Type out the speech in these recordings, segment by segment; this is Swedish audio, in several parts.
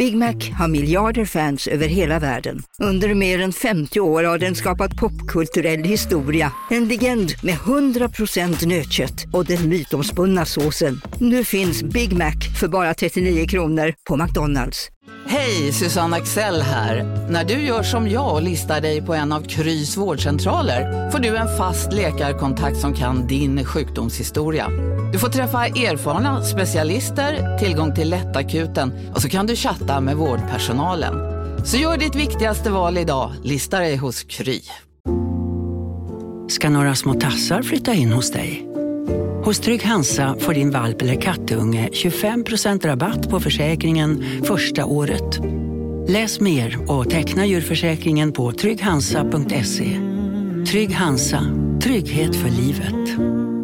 Big Mac har miljarder fans över hela världen. Under mer än 50 år har den skapat popkulturell historia. En legend med 100% nötkött och den mytomspunna såsen. Nu finns Big Mac för bara 39 kronor på McDonald's. Hej, Susanne Axel här. När du gör som jag och listar dig på en av Krys vårdcentraler får du en fast läkarkontakt som kan din sjukdomshistoria. Du får träffa erfarna specialister, tillgång till lättakuten och så kan du chatta med vårdpersonalen. Så gör ditt viktigaste val idag, listar dig hos Kry. Ska några små tassar flytta in hos dig? Hos Trygg Hansa får din valp eller kattunge 25% rabatt på försäkringen första året. Läs mer och teckna djurförsäkringen på trygghansa.se. Trygg Hansa, trygghet för livet.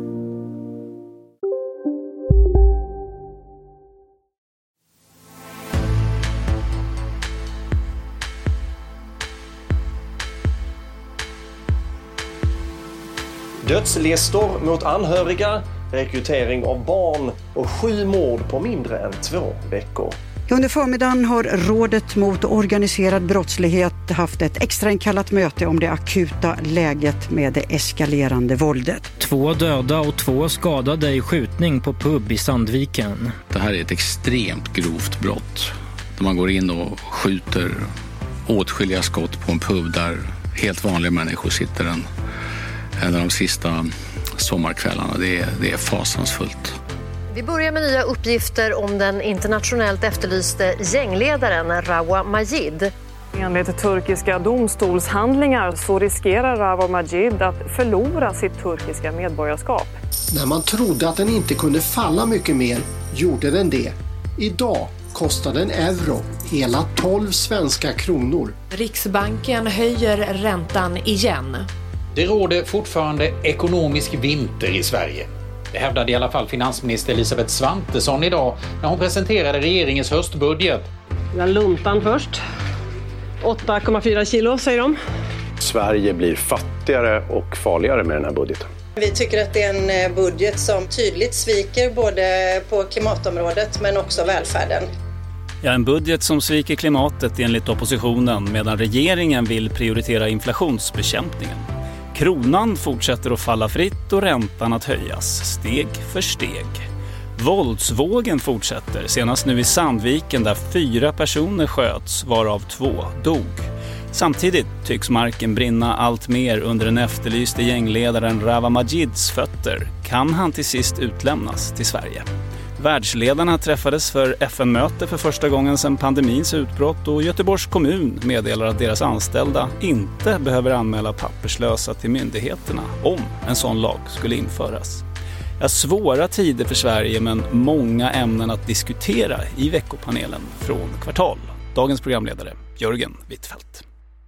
Dödslistor mot anhöriga, rekrytering av barn och 7 mord på mindre än 2 veckor. Under förmiddagen har Rådet mot organiserad brottslighet haft ett extrainkallat möte om det akuta läget med det eskalerande våldet. 2 döda och 2 skadade i skjutning på pub i Sandviken. Det här är ett extremt grovt brott. Där man går in och skjuter åtskilliga skott på en pub där helt vanliga människor sitter en av de sista sommarkvällarna. Det är fasansfullt. Vi börjar med nya uppgifter om den internationellt efterlyste gängledaren Rawa Majid. Enligt turkiska domstolshandlingar så riskerar Rawa Majid att förlora sitt turkiska medborgarskap. När man trodde att den inte kunde falla mycket mer gjorde den det. Idag kostar en euro hela 12 svenska kronor. Riksbanken höjer räntan igen. Det råder fortfarande ekonomisk vinter i Sverige. Det hävdade i alla fall finansminister Elisabeth Svantesson idag när hon presenterade regeringens höstbudget. Luntan först. 8,4 kilo säger de. Sverige blir fattigare och farligare med den här budgeten. Vi tycker att det är en budget som tydligt sviker både på klimatområdet men också välfärden. Ja, en budget som sviker klimatet enligt oppositionen medan regeringen vill prioritera inflationsbekämpningen. Kronan fortsätter att falla fritt och räntan att höjas, steg för steg. Våldsvågen fortsätter, senast nu i Sandviken där 4 personer sköts, varav 2 dog. Samtidigt tycks marken brinna allt mer under den efterlyste gängledaren Rawa Majids fötter. Kan han till sist utlämnas till Sverige? Världsledarna träffades för FN-möte för första gången sedan pandemins utbrott och Göteborgs kommun meddelar att deras anställda inte behöver anmäla papperslösa till myndigheterna om en sån lag skulle införas. Ja, svåra tider för Sverige men många ämnen att diskutera i veckopanelen från Kvartal. Dagens programledare Jörgen Wittfeldt.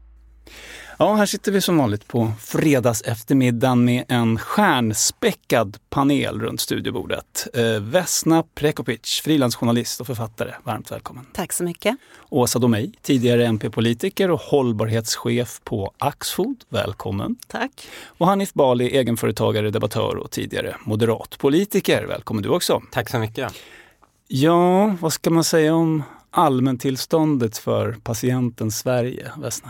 Ja, här sitter vi som vanligt på fredags eftermiddagen med en stjärnspäckad panel runt studiobordet. Vesna Prekopic, frilansjournalist och författare. Varmt välkommen. Tack så mycket. Åsa Domey, tidigare MP-politiker och hållbarhetschef på Axfood. Välkommen. Tack. Och Hanif Bali, egenföretagare, debattör och tidigare moderat politiker. Välkommen du också. Tack så mycket. Ja, vad ska man säga om allmäntillståndet för patienten Sverige, Vesna?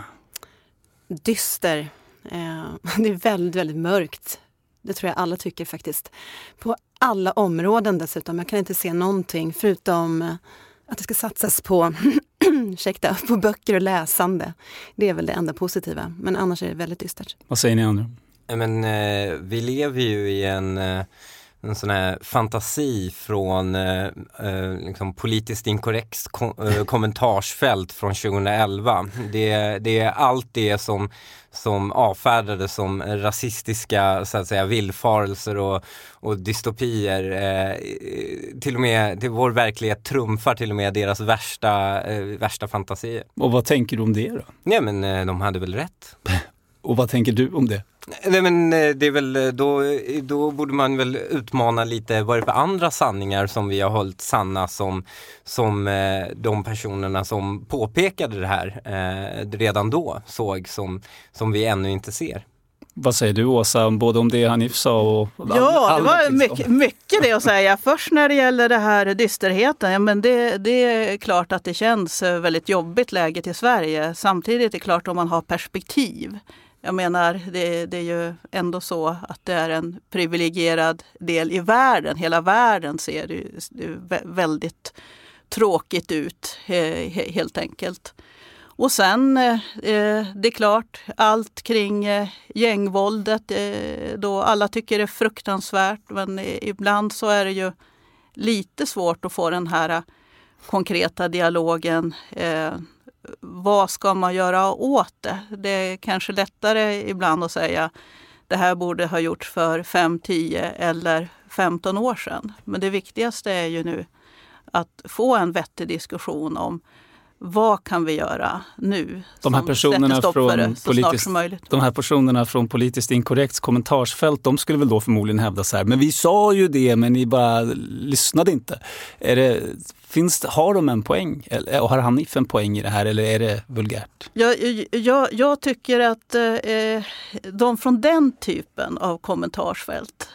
Dyster. Det är väldigt, väldigt mörkt. Det tror jag alla tycker faktiskt. På alla områden dessutom. Jag kan inte se någonting förutom att det ska satsas på, på böcker och läsande. Det är väl det enda positiva. Men annars är det väldigt dystert. Vad säger ni andra? Men, vi lever ju i en sån här fantasi från liksom politiskt inkorrekt kommentarsfält från 2011. Det är allt det som avfärdades som rasistiska så att säga villfarelser och dystopier. Till och med till vår verklighet trumfar till och med deras värsta fantasier. Och vad tänker du om det då? Nej, men de hade väl rätt. Och vad tänker du om det? Nej, men det är väl då borde man väl utmana lite vad är det för andra sanningar som vi har hållit sanna som de personerna som påpekade det här redan då såg som vi ännu inte ser. Vad säger du, Åsa, både om det Hanif sa och Ja, det var mycket det att säga. Först när det gäller det här dysterheten, ja, men det är klart att det känns väldigt jobbigt läget i Sverige. Samtidigt är det klart om man har perspektiv. Jag menar, det är ju ändå så att det är en privilegierad del i världen. Hela världen ser det väldigt tråkigt ut, helt enkelt. Och sen, det är klart, allt kring gängvåldet, då alla tycker det är fruktansvärt. Men ibland så är det ju lite svårt att få den här konkreta dialogen. Vad ska man göra åt det? Det är kanske lättare ibland att säga det här borde ha gjorts för 5, 10 eller 15 år sedan. Men det viktigaste är ju nu att få en vettig diskussion om vad kan vi göra nu? De här personerna från politiskt inkorrekt kommentarsfält, de skulle väl då förmodligen hävda så här, men vi sa ju det, men ni bara lyssnade inte. Har de en poäng? Eller har Hanif en poäng i det här, eller är det vulgärt? Jag tycker att de från den typen av kommentarsfält,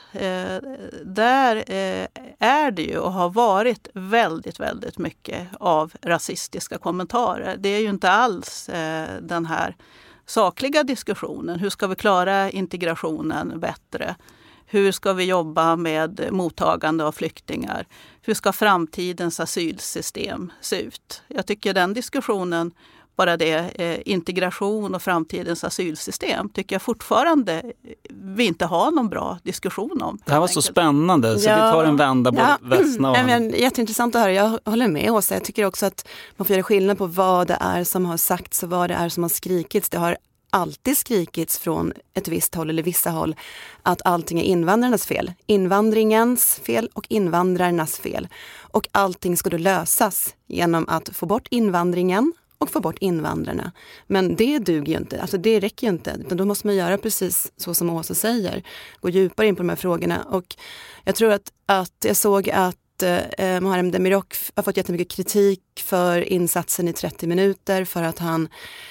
där är det ju och har varit väldigt, väldigt mycket av rasistiska kommentarer. Det är ju inte alls den här sakliga diskussionen. Hur ska vi klara integrationen bättre? Hur ska vi jobba med mottagande av flyktingar? Hur ska framtidens asylsystem se ut? Jag tycker den diskussionen, bara det, integration och framtidens asylsystem, tycker jag fortfarande vi inte har någon bra diskussion om. Det här var så spännande, så vi tar en vända på Västna. Jätteintressant att höra, jag håller med Åsa. Jag tycker också att man får göra skillnad på vad det är som har sagts och vad det är som har skrikits. Det har alltid skrikits från ett visst håll eller vissa håll att allting är invandrarnas fel. Invandringens fel och invandrarnas fel. Och allting ska då lösas genom att få bort invandringen och få bort invandrarna. Men det duger ju inte, alltså det räcker ju inte. Utan då måste man göra precis så som Åsa säger. Gå djupare in på de här frågorna. Och jag tror att jag såg att Muharrem Demirok har fått jättemycket kritik för insatsen i 30 minuter för att han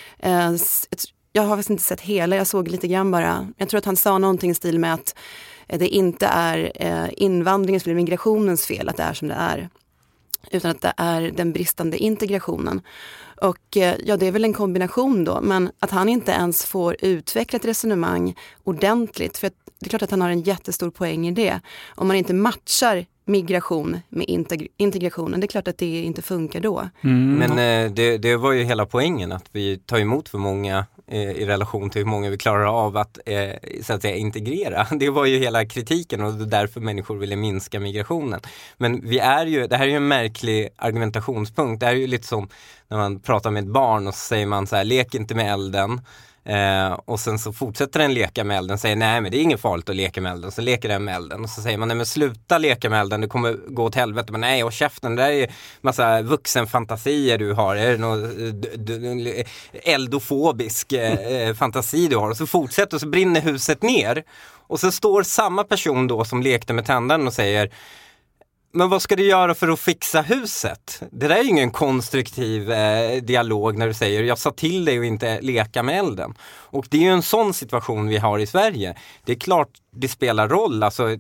jag har faktiskt inte sett hela, jag såg lite grann bara. Jag tror att han sa någonting i stil med att det inte är invandringens eller migrationens fel att det är som det är. Utan att det är den bristande integrationen. Och ja, det är väl en kombination då. Men att han inte ens får utveckla ett resonemang ordentligt. För det är klart att han har en jättestor poäng i det. Om man inte matchar migration med integrationen, det är klart att det inte funkar då. Men det var ju hela poängen att vi tar emot för många i relation till hur många vi klarar av att, så att säga, integrera. Det var ju hela kritiken och därför människor ville minska migrationen. Men det här är ju en märklig argumentationspunkt. Det är ju lite som när man pratar med ett barn och så säger man så här, lek inte med elden. Och sen så fortsätter den leka med elden och säger nej, men det är inget farligt att leka med elden. Så leker den med elden och så säger man nej, men sluta leka med elden, det kommer gå åt helvete. Men nej, och käften, det där är massa vuxenfantasier du har. Är det någon eldofobisk fantasi du har? Och så fortsätter och så brinner huset ner. Och så står samma person då som lekte med tändan och säger, men vad ska du göra för att fixa huset? Det där är ju ingen konstruktiv dialog när du säger jag sa till dig att inte leka med elden. Och det är ju en sån situation vi har i Sverige. Det är klart det spelar roll. Alltså,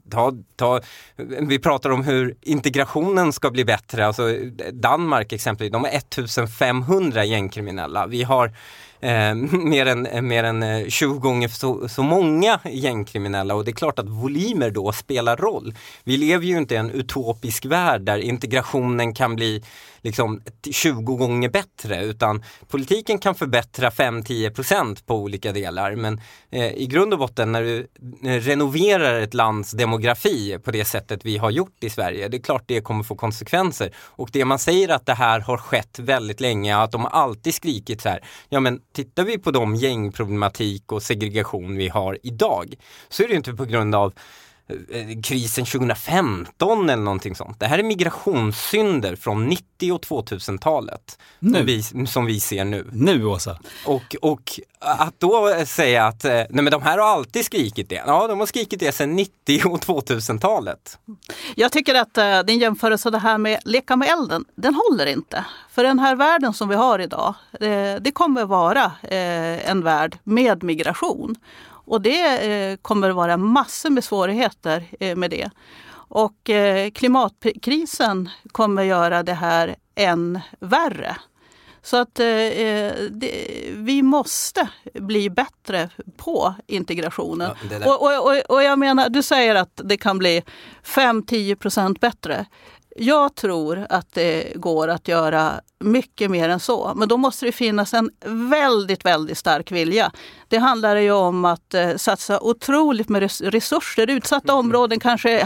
vi pratar om hur integrationen ska bli bättre. Alltså, Danmark exempelvis, de har 1500 gängkriminella. Vi har mer än 20 gånger så många gängkriminella, och det är klart att volymer då spelar roll. Vi lever ju inte i en utopisk värld där integrationen kan bli liksom 20 gånger bättre, utan politiken kan förbättra 5-10% på olika delar, men i grund och botten när du renoverar ett lands demografi på det sättet vi har gjort i Sverige, det är klart det kommer få konsekvenser. Och det man säger att det här har skett väldigt länge, att de har alltid skrikit så här, ja men tittar vi på de gängproblematik och segregation vi har idag, så är det inte på grund av krisen 2015 eller någonting sånt. Det här är migrationssynder från 90- och 2000-talet som vi ser nu. Nu, Åsa. Och att då säga att nej, men de här har alltid skrikit det. Ja, de har skrikit det sedan 90- och 2000-talet. Jag tycker att din jämförelse det här med leka med elden, den håller inte. För den här världen som vi har idag, det kommer vara en värld med migration. Och det kommer att vara massor med svårigheter med det. Och klimatkrisen kommer göra det här än värre. Så att vi måste bli bättre på integrationen. Ja, och jag menar, du säger att det kan bli 5-10% bättre. Jag tror att det går att göra mycket mer än så. Men då måste det finnas en väldigt, väldigt stark vilja. Det handlar ju om att satsa otroligt med resurser. Utsatta områden, kanske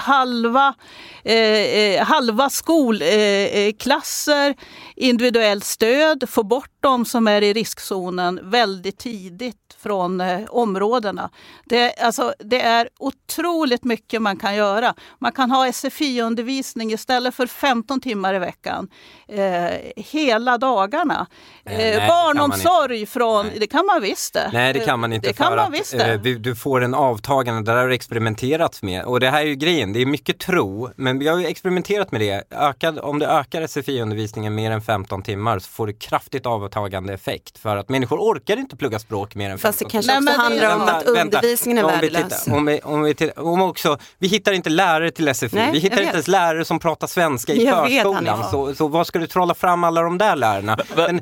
halva skolklasser, individuellt stöd. Få bort de som är i riskzonen väldigt tidigt från områdena. Det är otroligt mycket man kan göra. Man kan ha SFI-undervisning istället för 15 timmar i veckan. Hela dagarna. Barnomsorg det kan man visst det. Nej, det kan man inte. Det kan man visst det. Du får en avtagande, där har det experimenterats med. Och det här är ju grejen, det är mycket tro. Men vi har ju experimenterat med det. Om det ökar SFI-undervisningen mer än 15 timmar så får det kraftigt avtagande effekt. För att människor orkar inte plugga språk mer än 15 timmar. Fast det kanske också handlar om att undervisningen är värdelös. Vi hittar inte lärare till SFI. Nej, vi hittar inte ens lärare som pratar svenska i förskolan. Så vad ska du trolla fram alla de där lärarna? Men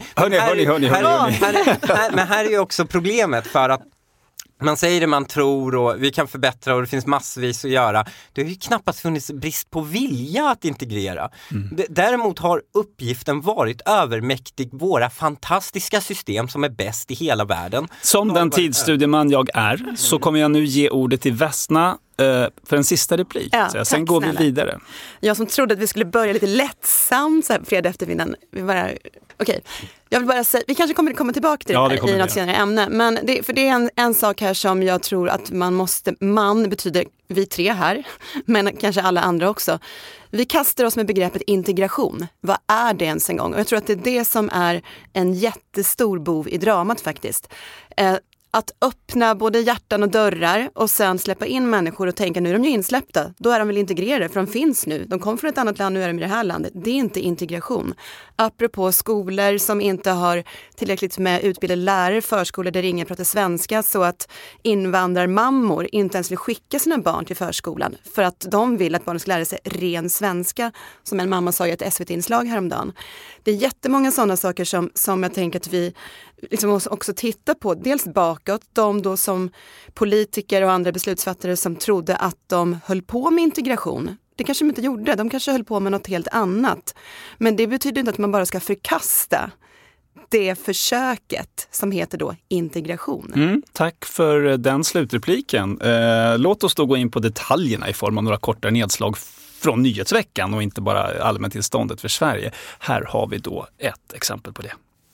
här är ju också problemet, för att man säger det man tror och vi kan förbättra och det finns massvis att göra. Det har ju knappast funnits brist på vilja att integrera. Däremot har uppgiften varit övermäktig våra fantastiska system som är bäst i hela världen. Som den tidsstudieman jag är så kommer jag nu ge ordet till Vesna för en sista replik. Ja, sen går vi vidare. Jag som trodde att vi skulle börja lite lättsamt så här fredag eftermiddagen. Okej. Jag vill bara säga, vi kanske kommer komma tillbaka till det här i något senare ämne. Men det är en sak här som jag tror att man betyder vi tre här, men kanske alla andra också. Vi kastar oss med begreppet integration. Vad är det ens en gång? Och jag tror att det är det som är en jättestor bov i dramat faktiskt. Att öppna både hjärtan och dörrar och sen släppa in människor och tänka nu är de ju insläppta. Då är de väl integrerade för de finns nu. De kom från ett annat land, nu är de i det här landet. Det är inte integration. Apropå skolor som inte har tillräckligt med utbildade lärare, förskolor där ingen pratar svenska så att invandrarmammor inte ens vill skicka sina barn till förskolan för att de vill att barnen ska lära sig ren svenska, som en mamma sa i ett SVT-inslag häromdagen. Det är jättemånga sådana saker som jag tänker att vi liksom måste också titta på. Dels bakåt, de då som politiker och andra beslutsfattare som trodde att de höll på med integration. Det kanske de inte gjorde, de kanske höll på med något helt annat. Men det betyder inte att man bara ska förkasta det försöket som heter då integration. Tack för den slutrepliken. Låt oss då gå in på detaljerna i form av några korta nedslag från nyhetsveckan och inte bara allmäntillståndet för Sverige. Här har vi då ett exempel på det.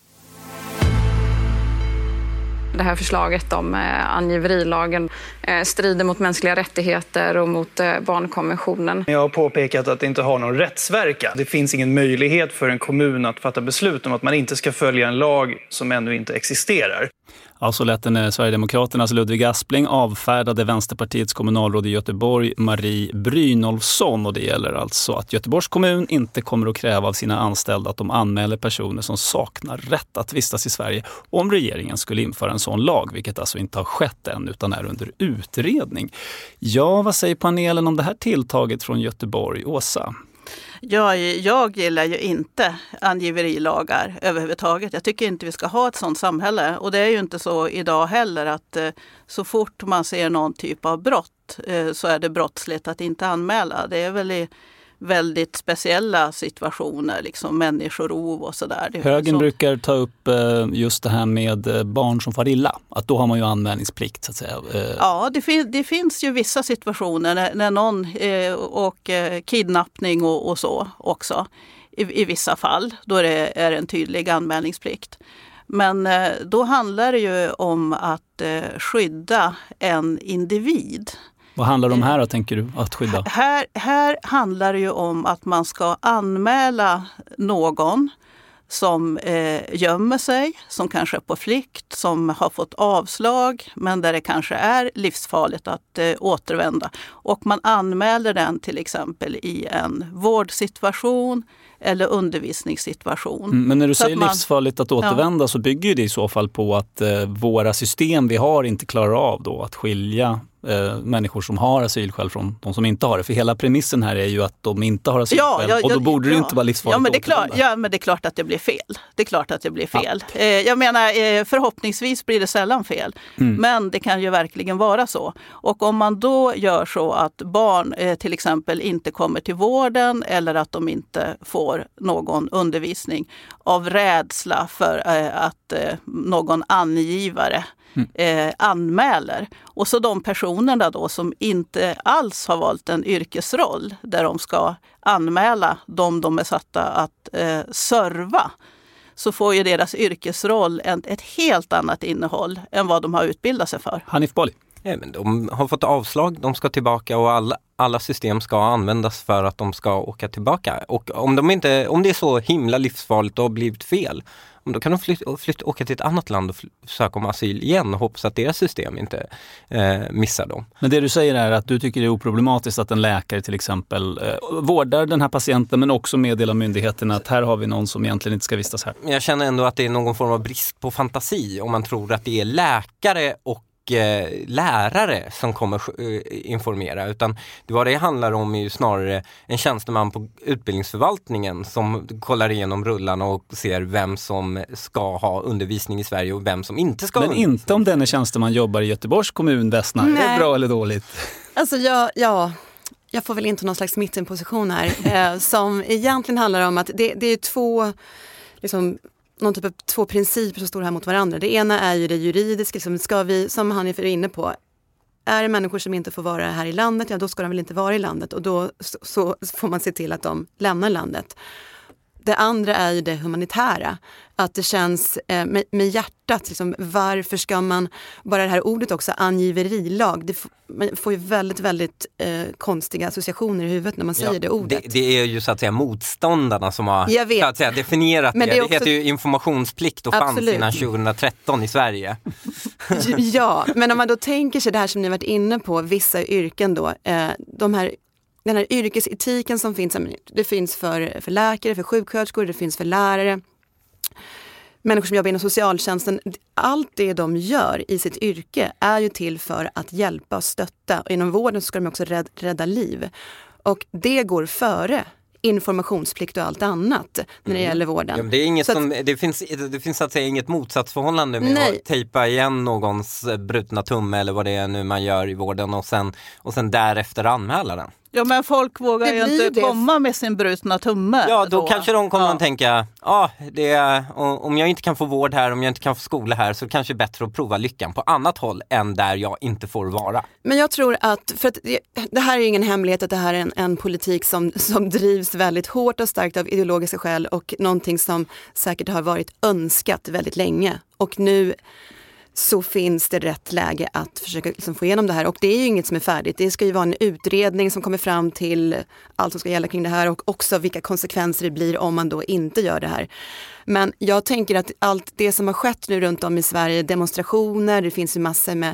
Det här förslaget om angiverilagen strider mot mänskliga rättigheter och mot barnkonventionen. Jag har påpekat att det inte har någon rättsverkan. Det finns ingen möjlighet för en kommun att fatta beslut om att man inte ska följa en lag som ännu inte existerar. Ja, så lät när Sverigedemokraternas Ludvig Aspling avfärdade Vänsterpartiets kommunalråd i Göteborg Marie Brynolfsson. Och det gäller alltså att Göteborgs kommun inte kommer att kräva av sina anställda att de anmäler personer som saknar rätt att vistas i Sverige om regeringen skulle införa en sån lag, vilket alltså inte har skett än utan är under utredning. Ja, vad säger panelen om det här tilltaget från Göteborg? Åsa? Jag gillar ju inte angiverilagar överhuvudtaget. Jag tycker inte vi ska ha ett sådant samhälle. Och det är ju inte så idag heller att så fort man ser någon typ av brott så är det brottsligt att inte anmäla. Det är väl i väldigt speciella situationer, liksom människorov och sådär. Högern brukar ta upp just det här med barn som far illa. Att då har man ju anmälningsplikt så att säga. Ja, det finns ju vissa situationer när någon och kidnappning och så också. I vissa fall, då är det en tydlig anmälningsplikt. Men då handlar det ju om att skydda en individ. Vad handlar det om här då, tänker du, att skydda? Här handlar det ju om att man ska anmäla någon som gömmer sig, som kanske är på flykt, som har fått avslag men där det kanske är livsfarligt att återvända. Och man anmäler den till exempel i en vårdsituation eller undervisningssituation. Men när du säger livsfarligt att återvända så bygger ju det i så fall på att våra system vi har inte klarar av då att skilja människor som har asylskäl från de som inte har det. För hela premissen här är ju att de inte har asylskäl och då borde det inte vara livsfarligt men det är klart att det blir fel. Det är klart att det blir fel. Jag menar, förhoppningsvis blir det sällan fel. Men det kan ju verkligen vara så. Och om man då gör så att barn till exempel inte kommer till vården eller att de inte får någon undervisning av rädsla för att någon angivare anmäler. Och så de personerna då som inte alls har valt en yrkesroll där de ska anmäla de är satta att serva, så får ju deras yrkesroll ett helt annat innehåll än vad de har utbildat sig för. Hanif Bali. Ja, men de har fått avslag, de ska tillbaka och alla system ska användas för att de ska åka tillbaka. Och om det är så himla livsfarligt och har blivit fel, då kan de åka till ett annat land och söka om asyl igen och hoppas att deras system inte missar dem. Men det du säger är att du tycker det är oproblematiskt att en läkare till exempel vårdar den här patienten men också meddelar myndigheterna att här har vi någon som egentligen inte ska vistas här. Jag känner ändå att det är någon form av brist på fantasi om man tror att det är läkare och lärare som kommer informera, utan vad det handlar om är ju snarare en tjänsteman på utbildningsförvaltningen som kollar igenom rullarna och ser vem som ska ha undervisning i Sverige och vem som inte ska ha undervisning. Men inte om denne tjänsteman jobbar i Göteborgs kommun, Västna. Är det bra eller dåligt? Alltså jag får väl inte någon slags mittenposition här som egentligen handlar om att det är två liksom någon typ av två principer som står här mot varandra. Det ena är ju det juridiska, som Hanif är inne på, är det människor som inte får vara här i landet, ja då ska de väl inte vara i landet och då så får man se till att de lämnar landet. Det andra är ju det humanitära, att det känns med hjärtat, liksom, varför ska man, bara det här ordet också, angiverilag, man får ju väldigt, väldigt konstiga associationer i huvudet när man säger det ordet. Det är ju så att säga motståndarna som har så att säga, definierat men det. Det heter ju informationsplikt och fanns innan 2013 i Sverige. Ja, men om man då tänker sig det här som ni varit inne på, vissa yrken då, den här yrkesetiken som finns, det finns för läkare, för sjuksköterskor, det finns för lärare, människor som jobbar inom socialtjänsten. Allt det de gör i sitt yrke är ju till för att hjälpa och stötta. Och inom vården så ska de också rädda liv. Och det går före informationsplikt och allt annat när det gäller vården. Ja, det är inget det finns att säga inget motsatsförhållande med att tejpa igen någons brutna tumme eller vad det är nu man gör i vården och sen därefter anmäla den. Ja, men folk vågar ju inte komma med sin brutna tumme. Ja, då kanske de kommer att tänka, om jag inte kan få vård här, om jag inte kan få skola här, så kanske det är bättre att prova lyckan på annat håll än där jag inte får vara. Men jag tror att, för att det här är ju ingen hemlighet att det här är en politik som drivs väldigt hårt och starkt av ideologiska skäl och någonting som säkert har varit önskat väldigt länge. Och nu så finns det rätt läge att försöka liksom få igenom det här. Och det är ju inget som är färdigt. Det ska ju vara en utredning som kommer fram till allt som ska gälla kring det här och också vilka konsekvenser det blir om man då inte gör det här. Men jag tänker att allt det som har skett nu runt om i Sverige, demonstrationer, det finns ju massor med,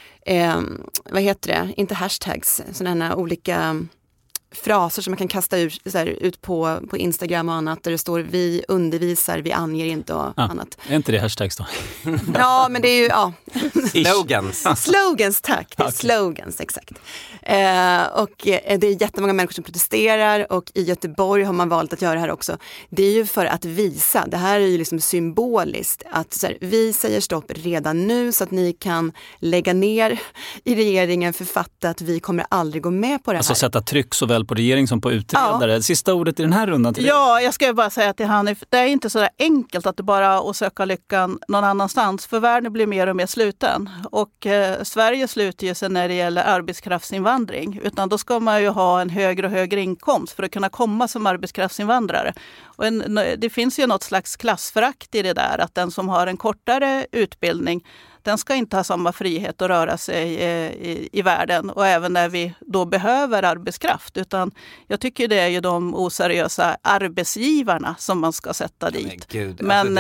inte hashtags, sådana här olika fraser som man kan kasta ut på Instagram och annat där det står vi undervisar, vi anger inte och annat. Är inte det hashtags då? Ja, men det är ju Slogans, tack. Det är slogans, exakt. Och det är jättemånga människor som protesterar och i Göteborg har man valt att göra det här också. Det är ju för att visa, det här är ju liksom symboliskt att vi säger stopp redan nu så att ni kan lägga ner i regeringen författa att vi kommer aldrig gå med på det här. Alltså sätta tryck såväl på regering som på utredare. Ja. Sista ordet i den här rundan till jag ska bara säga till Hanif, det är inte så där enkelt att det bara att söka lyckan någon annanstans, för världen blir mer och mer sluten. Och Sverige sluter ju sig när det gäller arbetskraftsinvandring, utan då ska man ju ha en högre och högre inkomst för att kunna komma som arbetskraftsinvandrare. Och det finns ju något slags klassförakt i det där, att den som har en kortare utbildning, den ska inte ha samma frihet att röra sig i världen och även när vi då behöver arbetskraft. Utan jag tycker det är ju de oseriösa arbetsgivarna som man ska sätta dit. Men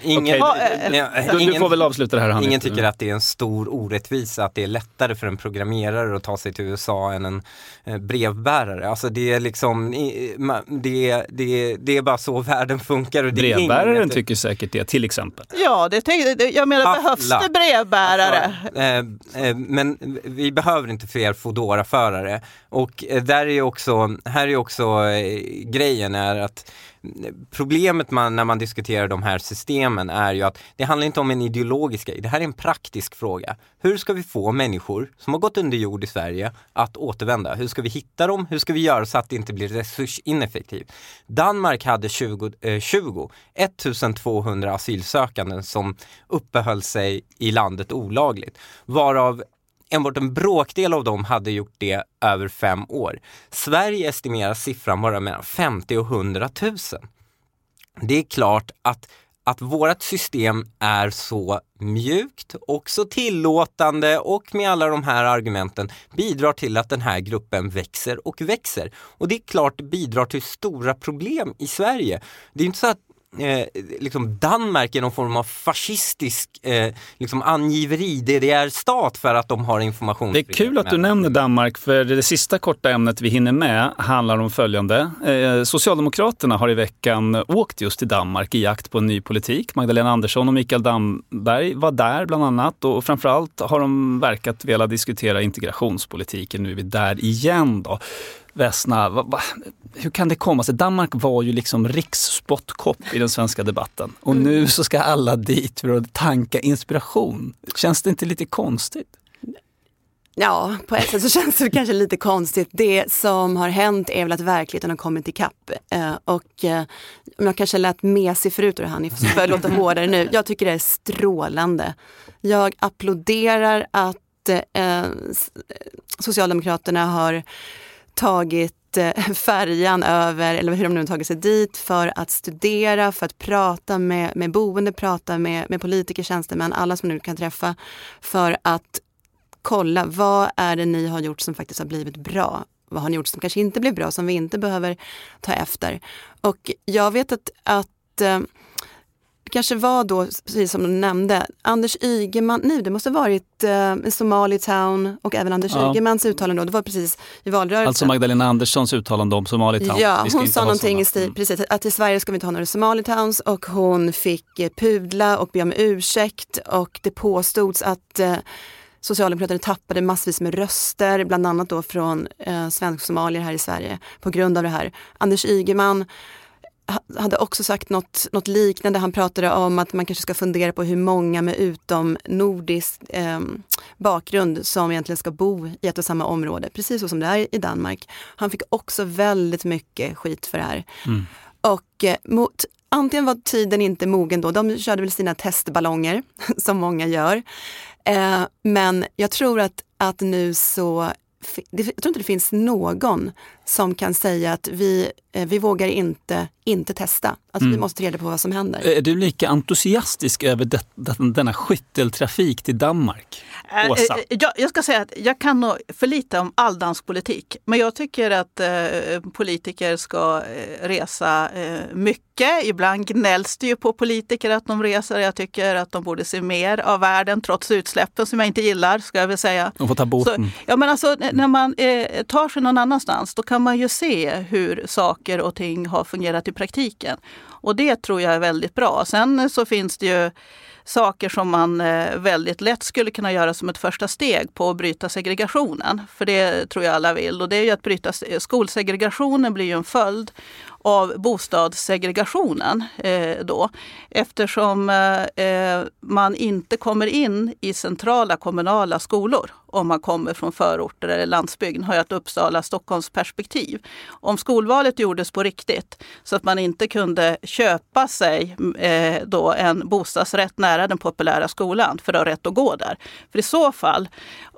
du får väl avsluta det här, Hanif. Ingen tycker att det är en stor orättvisa att det är lättare för en programmerare att ta sig till USA än en brevbärare. Alltså det är liksom det är bara så världen funkar. Och brevbäraren tycker säkert det, till exempel. Ja, jag menar, behövs det brevbärare? Men vi behöver inte fler Foodora-förare. Och här är också grejen är att problemet när man diskuterar de här systemen är ju att det handlar inte om en ideologisk grej. Det här är en praktisk fråga. Hur ska vi få människor som har gått under jord i Sverige att återvända? Hur ska vi hitta dem? Hur ska vi göra så att det inte blir resursineffektivt? Danmark hade 1200 asylsökande som uppehöll sig i landet olagligt. Varav enbart en bråkdel av dem hade gjort det över 5 år. Sverige estimerar siffran vara mellan 50 och 100 000. Det är klart att vårt system är så mjukt och så tillåtande och med alla de här argumenten bidrar till att den här gruppen växer och växer. Och det är klart det bidrar till stora problem i Sverige. Det är inte så att liksom Danmark är någon form av fascistisk liksom angiveri DDR-stat för att de har information. Det är kul att du nämner Danmark, för det sista korta ämnet vi hinner med handlar om följande. Socialdemokraterna har i veckan åkt just till Danmark i jakt på en ny politik. Magdalena Andersson och Mikael Damberg var där bland annat, och framförallt har de verkat vilja diskutera integrationspolitiken. Nu är vi där igen då. Vesna, hur kan det komma sig? Danmark var ju liksom riksspottkopp i den svenska debatten. Och nu så ska alla dit för att tanka inspiration. Känns det inte lite konstigt? Ja, på ett sätt så känns det kanske lite konstigt. Det som har hänt är väl att verkligheten har kommit ikapp. Om jag kanske lät mesig förut, och Hanif så får jag låta hårdare nu. Jag tycker det är strålande. Jag applåderar att Socialdemokraterna har tagit färjan över, eller hur de nu tagit sig dit, för att studera, för att prata med boende, prata med politiker, tjänstemän, alla som nu kan träffa, för att kolla vad är det ni har gjort som faktiskt har blivit bra. Vad har ni gjort som kanske inte blir bra, som vi inte behöver ta efter. Och jag vet att det kanske var då, precis som du nämnde, Anders Ygeman, det måste ha varit Somali Town och även Anders Ygemans uttalande då, det var precis i valrörelsen. Alltså Magdalena Anderssons uttalande om Somali Town. Ja, hon sa någonting i stil, precis, att i Sverige ska vi inte ha några Somali Towns, och hon fick pudla och be om ursäkt, och det påstods att Socialdemokraterna tappade massvis med röster, bland annat då från svensk-somalier här i Sverige på grund av det här. Anders Ygeman hade också sagt något liknande. Han pratade om att man kanske ska fundera på hur många med utom nordisk bakgrund som egentligen ska bo i ett och samma område. Precis så som det är i Danmark. Han fick också väldigt mycket skit för det här. Mm. Och antingen var tiden inte mogen då. De körde väl sina testballonger som många gör. Men jag tror att nu så... Jag tror inte det finns någon som kan säga att vi vågar inte testa. Alltså vi måste reda på vad som händer. Är du lika entusiastisk över denna skytteltrafik till Danmark? Åsa? Jag ska säga att jag kan nog för lite om all dansk politik. Men jag tycker att politiker ska resa mycket. Ibland gnälls det ju på politiker att de reser. Jag tycker att de borde se mer av världen trots utsläppen som jag inte gillar, ska jag väl säga. De får ta båten. Ja, men alltså när man tar sig någon annanstans, då kan man ju se hur saker och ting har fungerat i praktiken. Och det tror jag är väldigt bra. Sen så finns det ju saker som man väldigt lätt skulle kunna göra som ett första steg på att bryta segregationen. För det tror jag alla vill. Och det är ju att bryta skolsegregationen blir ju en följd av bostadssegregationen då. Eftersom man inte kommer in i centrala kommunala skolor om man kommer från förorter eller landsbygden, har jag ett Uppsala-Stockholms perspektiv. Om skolvalet gjordes på riktigt så att man inte kunde köpa sig då en bostadsrätt nära den populära skolan för att ha rätt att gå där. För i så fall,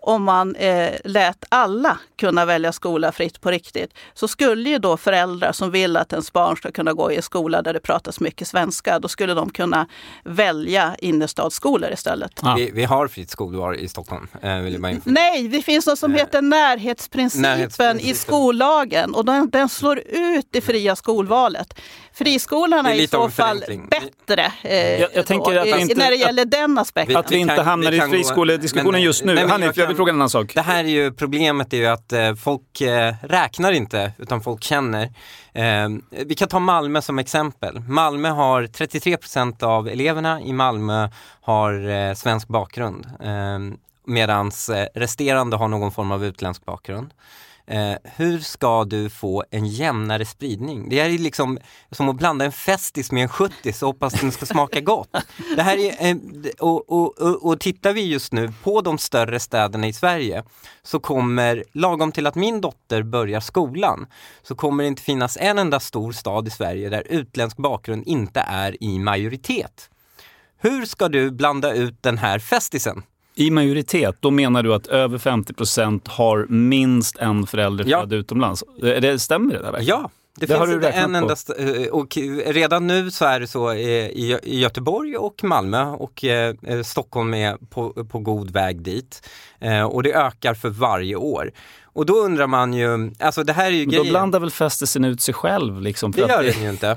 om man lät alla kunna välja skola fritt på riktigt, så skulle ju då föräldrar som vill att ens barn ska kunna gå i en skola där det pratas mycket svenska, då skulle de kunna välja innerstadsskolor istället. Ja. Vi har fritt skolval i Stockholm. Nej, det finns något som heter närhetsprincipen i skollagen, och den slår ut det fria skolvalet. Friskolorna är i så fall bättre jag tänker att inte, när det gäller den aspekten. Att vi inte hamnar i friskolediskussionen just nu. Hanif, jag vill fråga en annan sak. Det här är ju problemet, är ju att folk räknar inte, utan folk känner. Vi kan ta Malmö som exempel. Malmö har 33% av eleverna i Malmö har svensk bakgrund. Medan resterande har någon form av utländsk bakgrund. Hur ska du få en jämnare spridning? Det här är liksom som att blanda en festis med en 70 och hoppas att den ska smaka gott. Det här är, och tittar vi just nu på de större städerna i Sverige, så kommer, lagom till att min dotter börjar skolan, så kommer det inte finnas en enda stor stad i Sverige där utländsk bakgrund inte är i majoritet. Hur ska du blanda ut den här festisen? I majoritet, då menar du att över 50% har minst en förälder född utomlands. Stämmer det där verkligen? Ja, det finns inte en enda... Och redan nu så är det så i Göteborg och Malmö, och Stockholm är på god väg dit. Och det ökar för varje år. Och då undrar man ju, alltså det här är ju grejer. Då blandar väl festen ut sig själv liksom? Det gör den ju inte.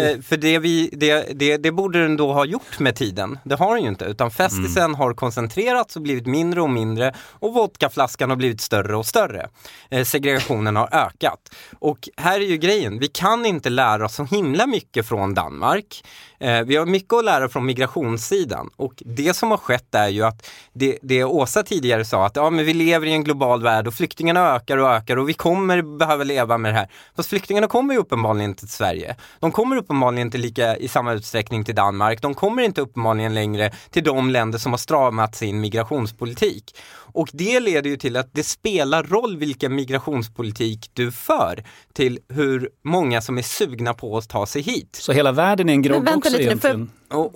För det borde den då ha gjort med tiden. Det har den ju inte, utan festisen har koncentrerats och blivit mindre och mindre, och vodkaflaskan har blivit större och större. Segregationen har ökat. Och här är ju grejen, vi kan inte lära oss så himla mycket från Danmark. Vi har mycket att lära från migrationssidan, och det som har skett är ju att det Åsa tidigare sa, att men vi lever i en global värld och flyktingarna ökar och ökar och vi kommer behöva leva med det här. Fast flyktingarna kommer ju uppenbarligen inte till Sverige. De kommer uppenbarligen inte i samma utsträckning till Danmark. De kommer inte uppenbarligen längre till de länder som har stramat sin migrationspolitik. Och det leder ju till att det spelar roll vilken migrationspolitik du för till hur många som är sugna på att ta sig hit. Så hela världen är en grogg också egentligen.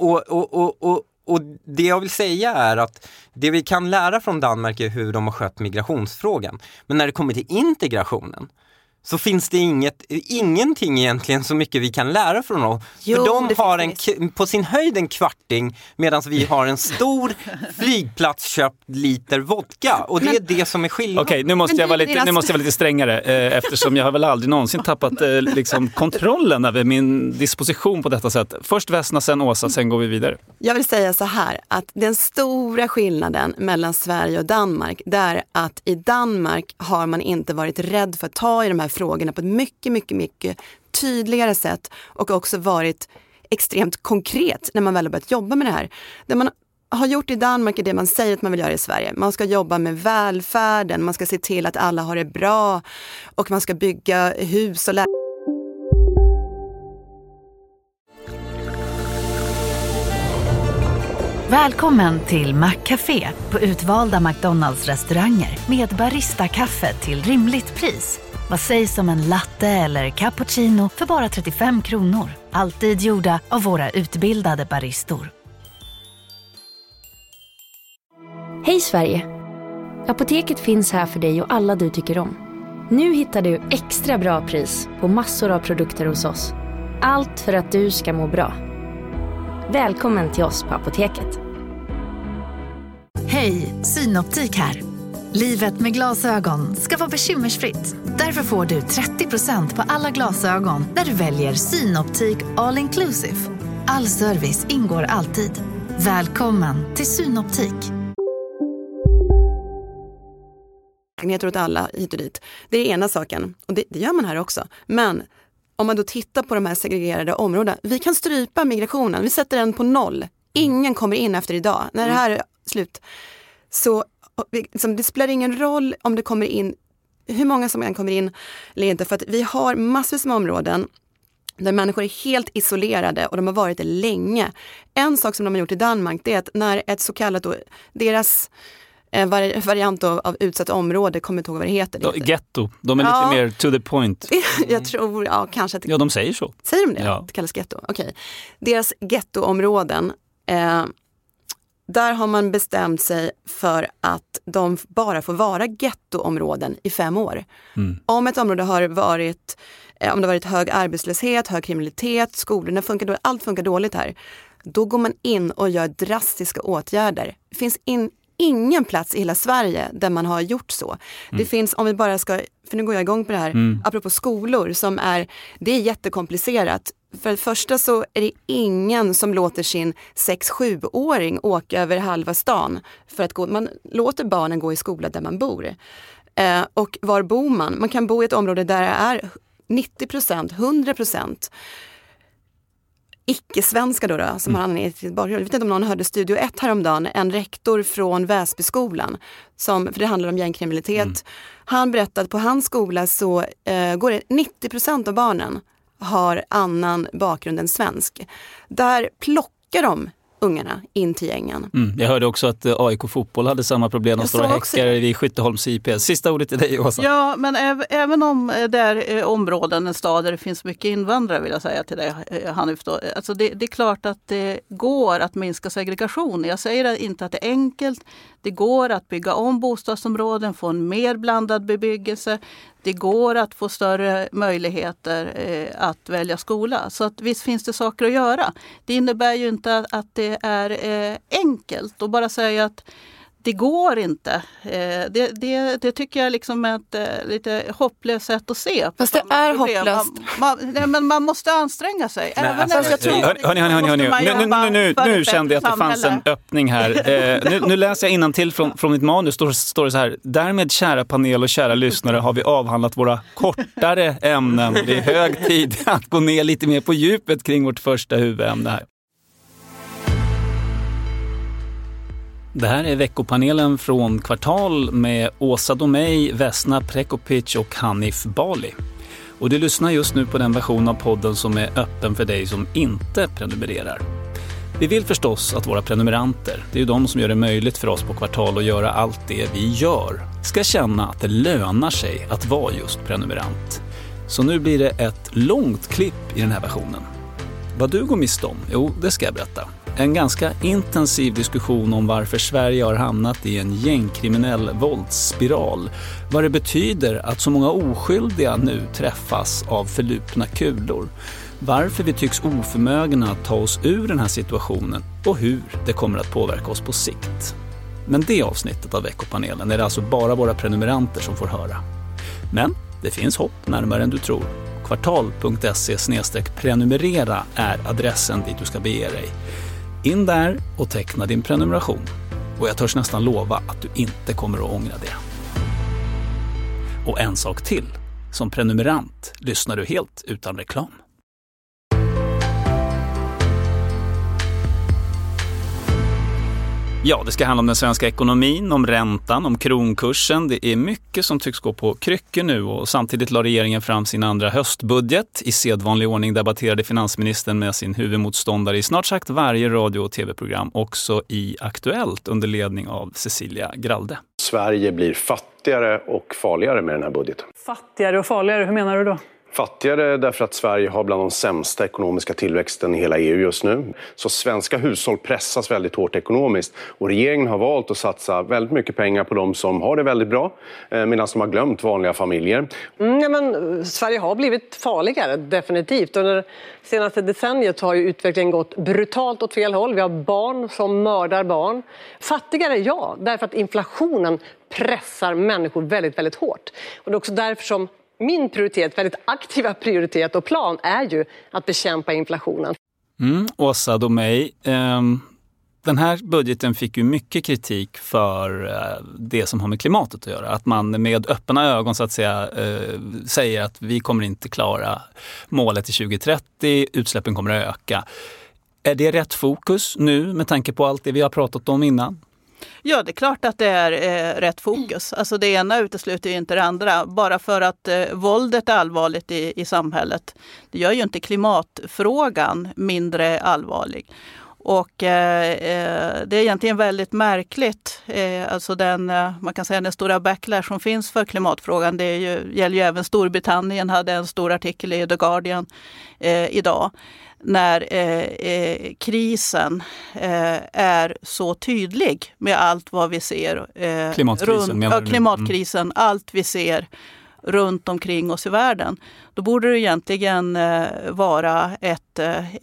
Och det jag vill säga är att det vi kan lära från Danmark är hur de har skött migrationsfrågan. Men när det kommer till integrationen så finns det ingenting egentligen så mycket vi kan lära från dem. För de har på sin höjd en kvarting, medan vi har en stor flygplatsköpt liter vodka. Och det är det som är skillnaden. Okej, nu måste jag vara lite strängare eftersom jag har väl aldrig någonsin tappat liksom kontrollen över min disposition på detta sätt. Först Vesna, sen Åsa, sen går vi vidare. Jag vill säga så här, att den stora skillnaden mellan Sverige och Danmark, det är att i Danmark har man inte varit rädd för att ta i de här frågorna på ett mycket, mycket, mycket tydligare sätt, och också varit extremt konkret när man väl har börjat jobba med det här. Det man har gjort i Danmark är det man säger att man vill göra i Sverige. Man ska jobba med välfärden, man ska se till att alla har det bra, och man ska bygga hus och Välkommen till McCafé på utvalda McDonalds-restauranger med barista-kaffe till rimligt pris. Vad sägs om en latte eller cappuccino för bara 35 kronor? Alltid gjorda av våra utbildade baristor. Hej Sverige! Apoteket finns här för dig och alla du tycker om. Nu hittar du extra bra pris på massor av produkter hos oss. Allt för att du ska må bra. Välkommen till oss på Apoteket. Hej, Synoptik här. Livet med glasögon ska vara bekymmersfritt. Därför får du 30% på alla glasögon när du väljer Synoptik All Inclusive. All service ingår alltid. Välkommen till Synoptik. Jag tror att alla hit och dit. Det är ena saken, och det gör man här också. Men om man då tittar på de här segregerade områdena, vi kan strypa migrationen, vi sätter den på 0. Ingen kommer in efter idag. När det här är slut, så det spelar ingen roll om det kommer in, hur många som än kommer in eller inte, för att vi har massvis med områden där människor är helt isolerade, och de har varit det länge. En sak som de har gjort i Danmark, det är att när ett så kallat då, deras variant av utsatt område, kommer inte ihåg vad det heter. Ghetto, de är lite mer to the point. Jag tror, kanske att... Ja, de säger så. Säger de det? Ja. Det kallas ghetto, okej. Deras ghettoområden, Där har man bestämt sig för att de bara får vara gettoområden i 5 år. Om ett område har varit, om det har varit hög arbetslöshet, hög kriminalitet, skolorna funkar dåligt, allt funkar dåligt här. Då går man in och gör drastiska åtgärder. Det finns ingen plats i hela Sverige där man har gjort så. Det finns, om vi bara ska, för nu går jag igång på det här, apropå skolor det är jättekomplicerat. För det första så är det ingen som låter sin 6-7-åring åka över halva stan för att gå. Man låter barnen gå i skola där man bor. Och var bor man? Man kan bo i ett område där det är 90%, 100% icke-svenska då som har anledning till bakgrund. Jag vet inte om någon hörde Studio 1 häromdagen, en rektor från Väsbyskolan, för det handlar om gängkriminalitet. Han berättade att på hans skola så går det 90% av barnen har annan bakgrund än svensk. Där plockar de ungarna in till gängen. Jag hörde också att AIK Fotboll hade samma problem. De stora häckare vid Skytteholms IP. Sista ordet till dig, Åsa. Ja, men även om det är områden, en stad där det finns mycket invandrare, vill jag säga till dig, Hanif. Alltså det är klart att det går att minska segregation. Jag säger inte att det är enkelt. Det går att bygga om bostadsområden, få en mer blandad bebyggelse. Det går att få större möjligheter att välja skola. Så att visst finns det saker att göra. Det innebär ju inte att det är enkelt att bara säga att det går inte. Det tycker jag liksom är ett lite hopplöst sätt att se. Fast det är hopplöst. Men man måste anstränga sig. Nu kände jag att det fanns en öppning här. Nu läser jag innantill från mitt manus. Står det så här: därmed, kära panel och kära lyssnare, har vi avhandlat våra kortare ämnen. Det är hög tid att gå ner lite mer på djupet kring vårt första huvudämne här. Det här är veckopanelen från Kvartal med Åsa Domeij, Vesna Prekopic och Hanif Bali. Och du lyssnar just nu på den version av podden som är öppen för dig som inte prenumererar. Vi vill förstås att våra prenumeranter, det är ju de som gör det möjligt för oss på Kvartal att göra allt det vi gör, ska känna att det lönar sig att vara just prenumerant. Så nu blir det ett långt klipp i den här versionen. Vad du går miste om? Jo, det ska jag berätta. En ganska intensiv diskussion om varför Sverige har hamnat i en gängkriminell våldsspiral. Vad det betyder att så många oskyldiga nu träffas av förlupna kulor. Varför vi tycks oförmögna att ta oss ur den här situationen och hur det kommer att påverka oss på sikt. Men det avsnittet av veckopanelen är det alltså bara våra prenumeranter som får höra. Men det finns hopp närmare än du tror. Kvartal.se/prenumerera är adressen dit du ska bege dig. In där och teckna din prenumeration. Och jag törs nästan lova att du inte kommer att ångra det. Och en sak till. Som prenumerant lyssnar du helt utan reklam. Ja, det ska handla om den svenska ekonomin, om räntan, om kronkursen. Det är mycket som tycks gå på kryckor nu och samtidigt la regeringen fram sin andra höstbudget. I sedvanlig ordning debatterade finansministern med sin huvudmotståndare i snart sagt varje radio- och tv-program, också i Aktuellt under ledning av Cecilia Gralde. Sverige blir fattigare och farligare med den här budgeten. Fattigare och farligare, hur menar du då? Fattigare därför att Sverige har bland de sämsta ekonomiska tillväxten i hela EU just nu. Så svenska hushåll pressas väldigt hårt ekonomiskt. Och regeringen har valt att satsa väldigt mycket pengar på de som har det väldigt bra. Medan de har glömt vanliga familjer. Sverige har blivit farligare, definitivt. Under det senaste decenniet har ju utvecklingen gått brutalt åt fel håll. Vi har barn som mördar barn. Fattigare, ja. Därför att inflationen pressar människor väldigt, väldigt hårt. Och det är också därför som min prioritet, väldigt aktiva prioritet och plan är ju att bekämpa inflationen. Åsa Domeij, den här budgeten fick ju mycket kritik för det som har med klimatet att göra. Att man med öppna ögon så att säga säger att vi kommer inte klara målet till 2030, utsläppen kommer att öka. Är det rätt fokus nu med tanke på allt det vi har pratat om innan? Ja, det är klart att det är rätt fokus. Alltså det ena utesluter ju inte det andra. Bara för att våldet är allvarligt i samhället. Det gör ju inte klimatfrågan mindre allvarlig. Och det är egentligen väldigt märkligt. Alltså man kan säga den stora backlash som finns för klimatfrågan, det gäller ju även Storbritannien, hade en stor artikel i The Guardian idag. När krisen är så tydlig med allt vad vi ser. Klimatkrisen, allt vi ser runt omkring oss i världen. Då borde det egentligen vara ett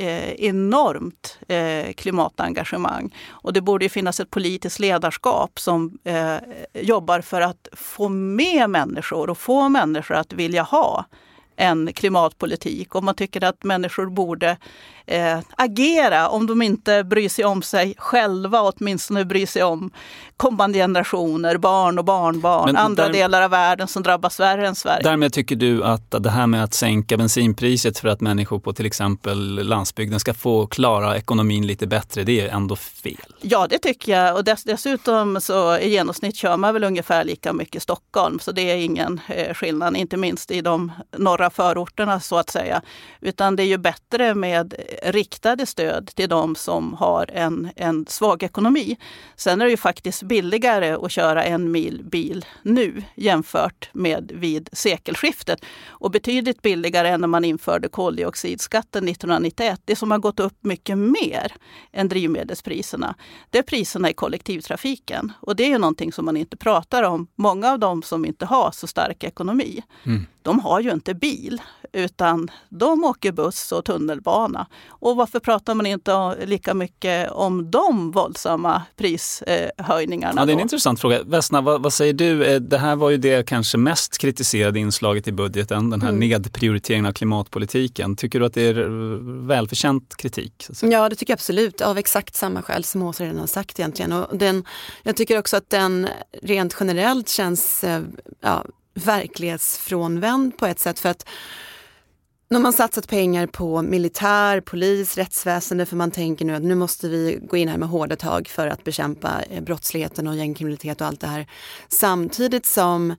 enormt klimatengagemang. Och det borde finnas ett politiskt ledarskap som jobbar för att få med människor och få människor att vilja ha en klimatpolitik. Och man tycker att människor borde agera om de inte bryr sig om sig själva, åtminstone bryr sig om kommande generationer, barn och barnbarn, andra delar av världen som drabbas värre än Sverige. Därmed tycker du att det här med att sänka bensinpriset för att människor på till exempel landsbygden ska få klara ekonomin lite bättre, det är ändå fel? Ja, det tycker jag. Och dessutom så i genomsnitt kör man väl ungefär lika mycket i Stockholm, så det är ingen skillnad, inte minst i de norra förorterna så att säga. Utan det är ju bättre med riktade stöd till de som har en svag ekonomi. Sen är det ju faktiskt billigare att köra 1 mil bil nu jämfört med vid sekelskiftet. Och betydligt billigare än när man införde koldioxidskatten 1991. Det som har gått upp mycket mer än drivmedelspriserna, det är priserna i kollektivtrafiken. Och det är ju någonting som man inte pratar om. Många av dem som inte har så stark ekonomi, de har ju inte bil, utan de åker buss och tunnelbana. Och varför pratar man inte lika mycket om de våldsamma prishöjningarna? Ja, det är en intressant fråga. Vesna, vad säger du? Det här var ju det kanske mest kritiserade inslaget i budgeten, den här nedprioriteringen av klimatpolitiken. Tycker du att det är välförtjänt kritik? Ja, det tycker jag absolut. Av exakt samma skäl som Åsa redan har sagt egentligen. Och jag tycker också att den rent generellt känns verklighetsfrånvänd på ett sätt, för att när man satsat pengar på militär, polis, rättsväsende, för man tänker nu att nu måste vi gå in här med hårda tag för att bekämpa brottsligheten och gängkriminalitet och allt det här. Samtidigt som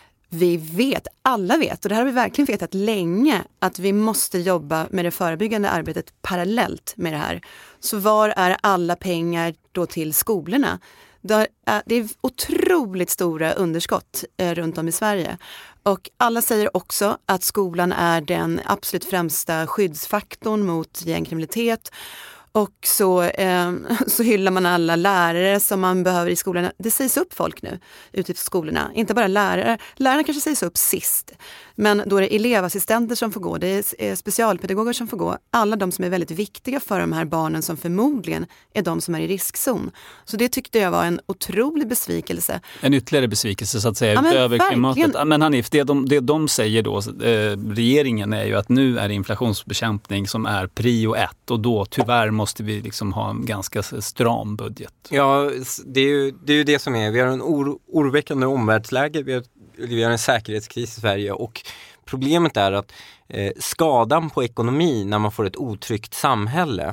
alla vet, och det här har vi verkligen vetat länge, att vi måste jobba med det förebyggande arbetet parallellt med det här. Så var är alla pengar då till skolorna? Det är otroligt stora underskott runt om i Sverige. Och alla säger också att skolan är den absolut främsta skyddsfaktorn mot gängkriminalitet. Och så hyllar man alla lärare som man behöver i skolorna. Det sägs upp folk nu ute på skolorna. Inte bara lärare. Lärarna kanske sägs upp sist. Men då är det elevassistenter som får gå. Det är specialpedagoger som får gå. Alla de som är väldigt viktiga för de här barnen som förmodligen är de som är i riskzon. Så det tyckte jag var en otrolig besvikelse. En ytterligare besvikelse så att säga, utöver klimatet. Men Hanif, det de säger då, regeringen, är ju att nu är det inflationsbekämpning som är prio 1. Och då tyvärr måste vi liksom ha en ganska stram budget. Ja, det är ju det som är. Vi har en oroväckande omvärldsläge. Vi har en säkerhetskris i Sverige, och problemet är att skadan på ekonomi när man får ett otryggt samhälle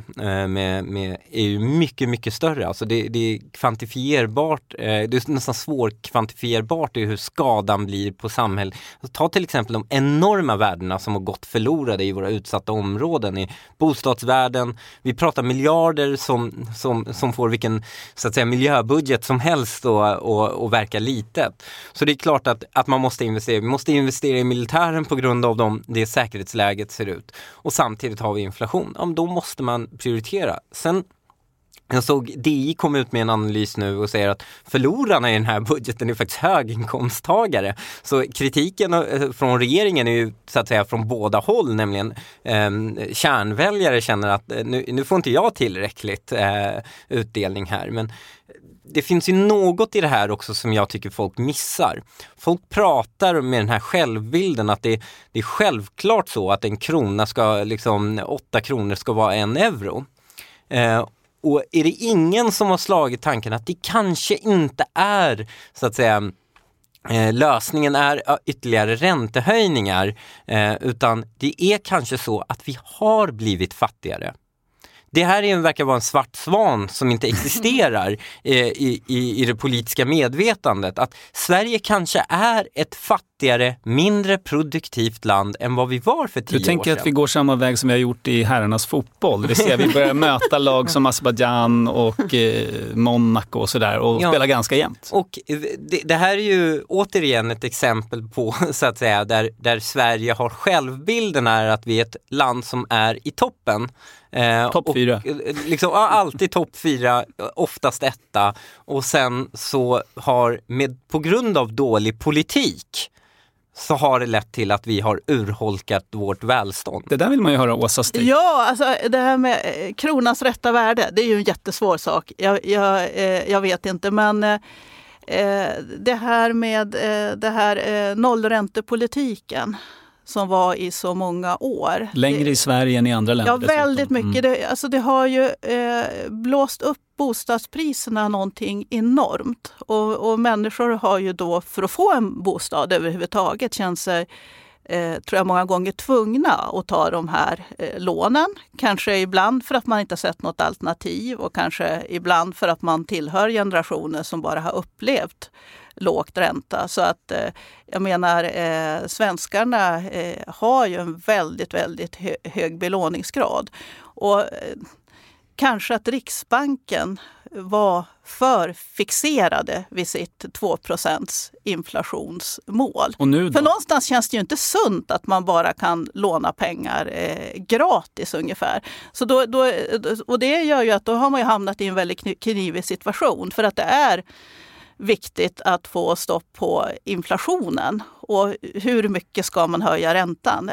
är ju mycket, mycket större. Alltså det är kvantifierbart, det är nästan svårt kvantifierbart hur skadan blir på samhället. Alltså, ta till exempel de enorma värdena som har gått förlorade i våra utsatta områden, i bostadsvärden. Vi pratar miljarder som får vilken, så att säga, miljöbudget som helst och verkar litet. Så det är klart att man måste investera. Vi måste investera i militären på grund av det säkerhetsläget ser ut. Och samtidigt har vi inflation. Ja, då måste man prioritera. Sen jag såg DI kom ut med en analys nu och säger att förlorarna i den här budgeten är faktiskt höginkomsttagare. Så kritiken från regeringen är ju så att säga från båda håll, nämligen kärnväljare känner att nu får inte jag tillräckligt utdelning här. Men det finns ju något i det här också som jag tycker folk missar. Folk pratar med den här självbilden att det är självklart så att en krona ska, 8 kronor ska vara 1 euro. Och är det ingen som har slagit tanken att det kanske inte är, så att säga, lösningen är ytterligare räntehöjningar, utan det är kanske så att vi har blivit fattigare. Det här verkar vara en svart svan som inte existerar i det politiska medvetandet. Att Sverige kanske är ett fattigare, mindre produktivt land än vad vi var för 10 år sedan. Du tänker att vi går samma väg som vi har gjort i herrarnas fotboll. Det vill säga vi börjar möta lag som Azerbaijan och Monaco och sådär och spela ganska jämnt. Och det här är ju återigen ett exempel på så att säga där Sverige har självbilden är att vi är ett land som är i toppen. Topp 4. Liksom, alltid topp 4, oftast etta. Och sen så har på grund av dålig politik så har det lett till att vi har urholkat vårt välstånd. Det där vill man ju höra Åsa Stig. Ja, alltså det här med kronans rätta värde, det är ju en jättesvår sak. Jag vet inte, men det här med nollräntepolitiken som var i så många år. Längre i Sverige än i andra länder. Ja, väldigt mycket. Det har ju blåst upp bostadspriserna någonting enormt. Och människor har ju då för att få en bostad överhuvudtaget känt sig tror jag många gånger tvungna att ta de här lånen. Kanske ibland för att man inte sett något alternativ och kanske ibland för att man tillhör generationer som bara har upplevt lågt ränta. Så att jag menar svenskarna har ju en väldigt, väldigt hög belåningsgrad. Och kanske att Riksbanken var för fixerade vid sitt 2% inflationsmål. Och nu då? För någonstans känns det ju inte sunt att man bara kan låna pengar gratis ungefär. Så och det gör ju att då har man ju hamnat i en väldigt knivig situation för att det är viktigt att få stopp på inflationen. Och hur mycket ska man höja räntan?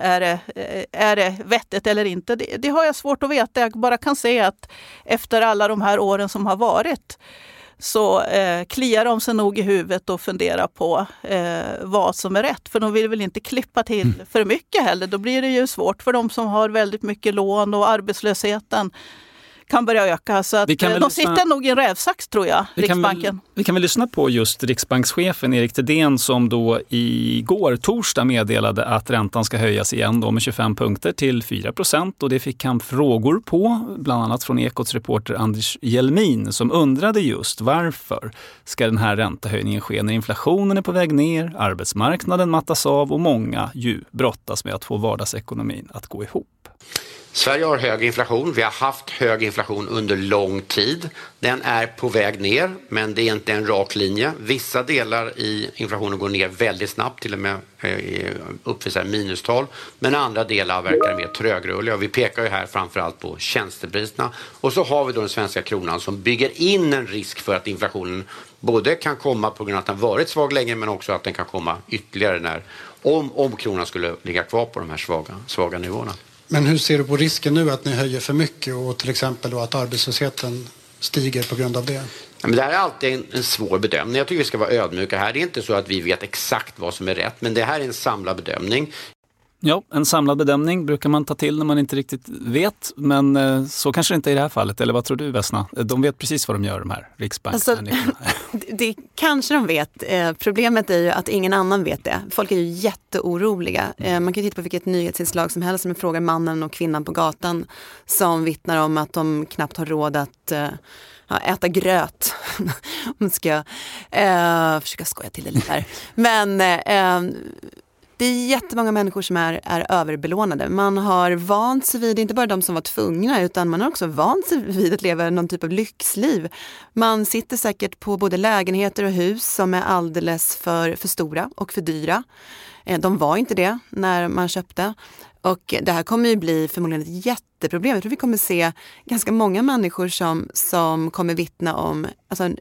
Är det vettigt eller inte? Det har jag svårt att veta. Jag bara kan se att efter alla de här åren som har varit så kliar de sig nog i huvudet och funderar på vad som är rätt. För de vill väl inte klippa till för mycket heller. Då blir det ju svårt för de som har väldigt mycket lån och arbetslösheten kan börja öka. Så att de sitter nog i en rävsax tror jag, Riksbanken. Vi kan väl lyssna på just riksbankschefen Erik Thedéen som då igår torsdag meddelade att räntan ska höjas igen då med 25 punkter till 4%. Och det fick han frågor på, bland annat från Ekots reporter Anders Hjelmin som undrade just varför ska den här räntehöjningen ske när inflationen är på väg ner, arbetsmarknaden mattas av och många ju brottas med att få vardagsekonomin att gå ihop. Sverige har hög inflation. Vi har haft hög inflation under lång tid. Den är på väg ner, men det är inte en rak linje. Vissa delar i inflationen går ner väldigt snabbt, till och med uppvisar minustal. Men andra delar verkar mer trögrörliga. Vi pekar ju här framförallt på tjänstepriserna. Och så har vi då den svenska kronan som bygger in en risk för att inflationen både kan komma på grund av att den varit svag länge, men också att den kan komma ytterligare om kronan skulle ligga kvar på de här svaga nivåerna. Men hur ser du på risken nu att ni höjer för mycket och till exempel då att arbetslösheten stiger på grund av det? Men det här är alltid en svår bedömning. Jag tycker vi ska vara ödmjuka här. Det är inte så att vi vet exakt vad som är rätt, men det här är en samlad bedömning. Ja, en samlad bedömning brukar man ta till när man inte riktigt vet, men så kanske det inte är i det här fallet. Eller vad tror du, Vesna? De vet precis vad de gör, de här Riksbanken. Alltså, det kanske de vet. Problemet är ju att ingen annan vet det. Folk är ju jätteoroliga. Man kan titta på vilket nyhetsinslag som helst som frågar mannen och kvinnan på gatan som vittnar om att de knappt har råd att äta gröt. Om ska jag försöka skoja till det lite här. Men det är jättemånga människor som är överbelånade. Man har vant sig vid, inte bara de som var tvungna, utan man har också vant sig vid att leva någon typ av lyxliv. Man sitter säkert på både lägenheter och hus som är alldeles för stora och för dyra. De var inte det när man köpte. Och det här kommer ju bli förmodligen ett jätteproblem. Jag tror vi kommer se ganska många människor som kommer vittna om ett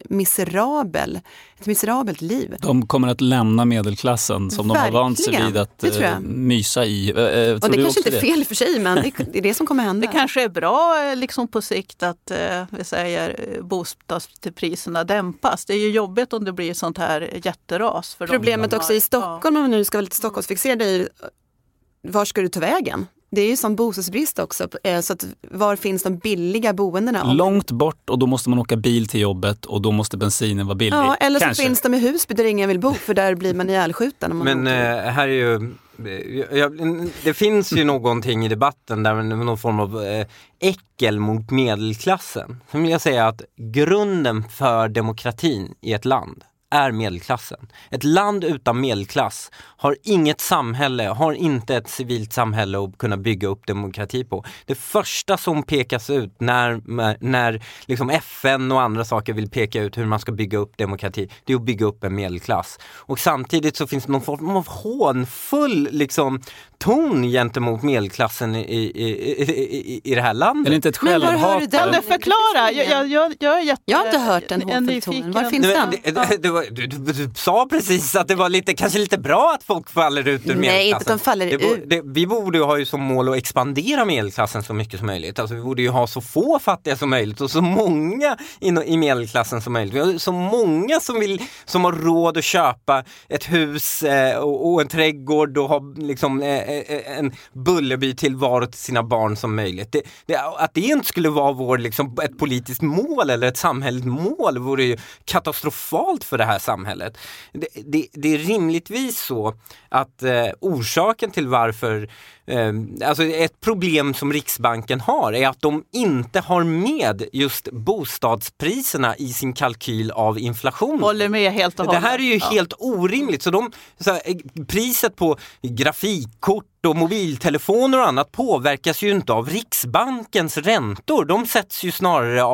miserabelt liv. De kommer att lämna medelklassen som verkligen. De har vant sig vid att mysa i. Och det kanske inte är fel för sig, men det är det som kommer hända. Det kanske är bra liksom på sikt att vi säger bostadspriserna dämpas. Det är ju jobbigt om det blir sånt här jätteras. För problemet också i Stockholm, om vi nu ska vara lite Stockholmsfixerade, är var ska du ta vägen? Det är ju sån bostadsbrist också. Så att var finns de billiga boendena? Långt bort, och då måste man åka bil till jobbet och då måste bensinen vara billig. Ja, eller så finns de i Husby där ingen vill bo, för där blir man ihjälskjuten. Men här är ju... det finns ju någonting i debatten där någon form av äckel mot medelklassen. Som jag säger att grunden för demokratin i ett land är medelklassen. Ett land utan medelklass har inget samhälle, har inte ett civilt samhälle att kunna bygga upp demokrati på. Det första som pekas ut när liksom FN och andra saker vill peka ut hur man ska bygga upp demokrati, det är att bygga upp en medelklass. Och samtidigt så finns det någon form av hånfull liksom ton gentemot medelklassen i det här landet. Eller inte ett självhat. Kan du förklara? Jag har inte hört den hånfull tonen. Var finns den? Du sa precis att det var kanske lite bra att folk faller ut ur medelklassen. Nej, inte att de faller ut. Vi borde ju ha ju som mål att expandera medelklassen så mycket som möjligt. Alltså vi borde ju ha så få fattiga som möjligt och så många i medelklassen som möjligt. Vi har så många som har råd att köpa ett hus och en trädgård och ha liksom en Bullerby till var till sina barn som möjligt. Att det inte skulle vara vår liksom ett politiskt mål eller ett samhälleligt mål vore ju katastrofalt för det här samhället. Det är rimligtvis så att orsaken till varför alltså ett problem som Riksbanken har är att de inte har med just bostadspriserna i sin kalkyl av inflation. Håller med helt och hållet. Det här är ju helt orimligt. Så priset på grafikkort och mobiltelefoner och annat påverkas ju inte av Riksbankens räntor. Det sätts ju snarare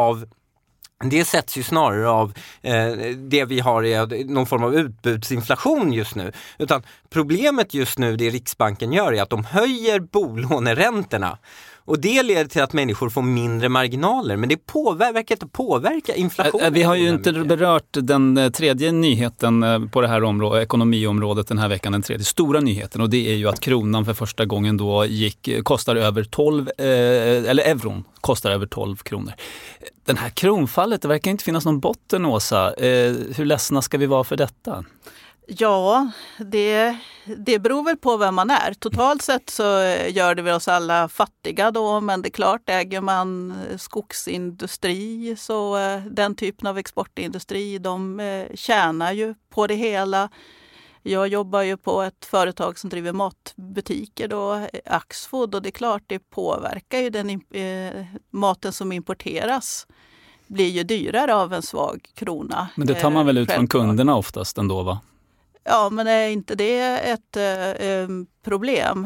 av det vi har i någon form av utbudsinflation just nu. Utan problemet just nu, det Riksbanken gör, är att de höjer bolåneräntorna. Och det leder till att människor får mindre marginaler. Men det påverkar inflationen. Vi har ju inte berört den tredje nyheten på det här området, ekonomiområdet den här veckan, den tredje stora nyheten. Och det är ju att kronan för första gången då kostar över 12, eller euron kostar över 12 kronor. Den här kronfallet, det verkar inte finnas någon botten, Åsa. Hur ledsna ska vi vara för detta? Ja, det beror väl på vem man är. Totalt sett så gör det väl oss alla fattiga då, men det är klart, äger man skogsindustri så den typen av exportindustri, de tjänar ju på det hela. Jag jobbar ju på ett företag som driver matbutiker då, Axfood, och det är klart det påverkar ju den maten som importeras. Blir ju dyrare av en svag krona. Men det tar man väl ut från kunderna oftast ändå, va? Ja, men är inte det ett problem?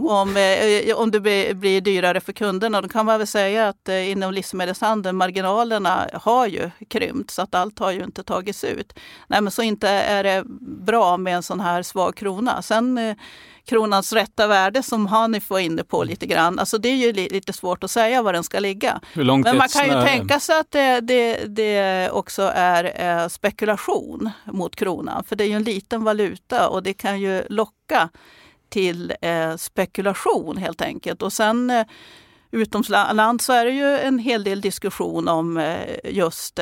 Om det blir dyrare för kunderna, då kan man väl säga att inom livsmedelshandeln marginalerna har ju krympt, så att allt har ju inte tagits ut. Nej, men så inte är det bra med en sån här svag krona. Sen kronans rätta värde som Hanif var inne på lite grann, alltså det är ju lite svårt att säga var den ska ligga. Men man kan ju tänka sig att det också är spekulation mot kronan, för det är ju en liten valuta och det kan ju locka till spekulation helt enkelt. Och sen utomlands så är det ju en hel del diskussion om just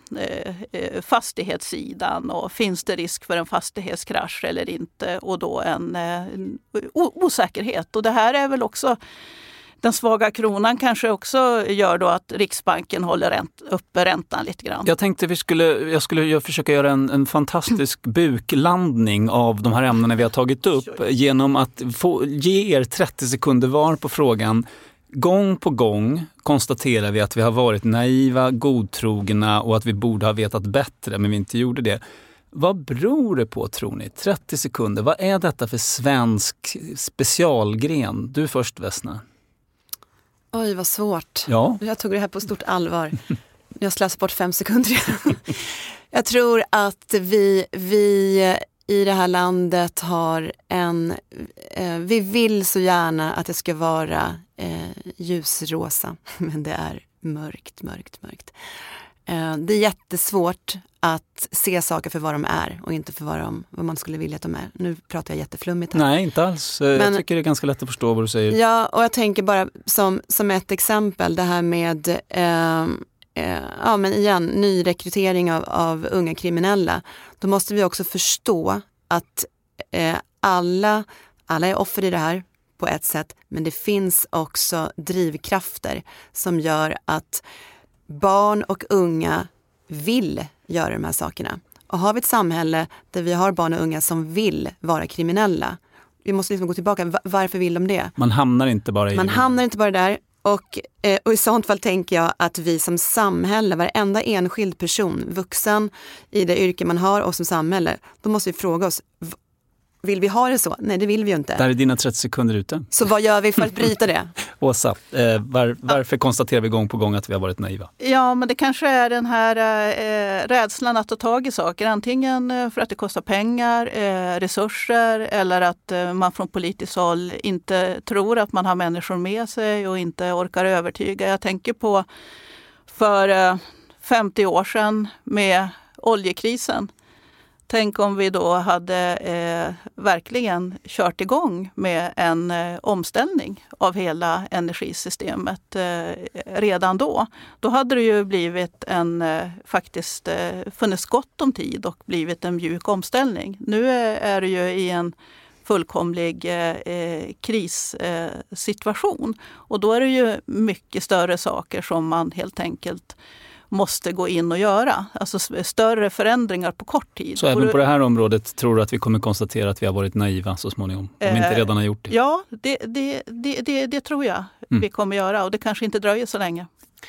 fastighetssidan och finns det risk för en fastighetskrasch eller inte, och då en osäkerhet. Och det här är väl också, den svaga kronan kanske också gör då att Riksbanken håller uppe räntan lite grann. Jag tänkte jag skulle försöka göra en fantastisk buklandning av de här ämnena vi har tagit upp genom att ge er 30 sekunder var på frågan. Gång på gång konstaterar vi att vi har varit naiva, godtrogna och att vi borde ha vetat bättre, men vi inte gjorde det. Vad beror det på, tror ni? 30 sekunder. Vad är detta för svensk specialgren? Du först, Vesna. Oj, vad svårt. Ja. Jag tog det här på stort allvar. Jag slösade bort 5 sekunder. Jag tror att vi i det här landet har vi vill så gärna att det ska vara ljusrosa, men det är mörkt. Det är jättesvårt att se saker för vad de är och inte för vad man skulle vilja att de är. Nu pratar jag jätteflummigt här. Nej, inte alls. Jag tycker det är ganska lätt att förstå vad du säger. Ja, och jag tänker bara som ett exempel det här med men igen, nyrekrytering av unga kriminella. Då måste vi också förstå att alla är offer i det här på ett sätt, men det finns också drivkrafter som gör att barn och unga vill göra de här sakerna. Och har vi ett samhälle där vi har barn och unga som vill vara kriminella, vi måste liksom gå tillbaka. Varför vill de det? Man hamnar inte bara där. Och i sånt fall tänker jag att vi som samhälle, varenda enskild person, vuxen i det yrke man har och som samhälle, då måste vi fråga oss, vill vi ha det så? Nej, det vill vi ju inte. Där är dina 30 sekunder ute. Så vad gör vi för att bryta det? Åsa, varför konstaterar vi gång på gång att vi har varit naiva? Ja, men det kanske är den här rädslan att ta tag i saker. Antingen för att det kostar pengar, resurser, eller att man från politiskt håll inte tror att man har människor med sig och inte orkar övertyga. Jag tänker på för 50 år sedan med oljekrisen. Tänk om vi då hade verkligen kört igång med en omställning av hela energisystemet redan då. Då hade det ju blivit faktiskt funnits gott om tid och blivit en mjuk omställning. Nu är det ju i en fullkomlig krissituation. Och då är det ju mycket större saker som man helt enkelt måste gå in och göra. Alltså större förändringar på kort tid. Så även på det här området tror du att vi kommer konstatera att vi har varit naiva så småningom? Om vi inte redan har gjort det? Ja, det tror jag vi kommer göra. Och det kanske inte dröjer så länge.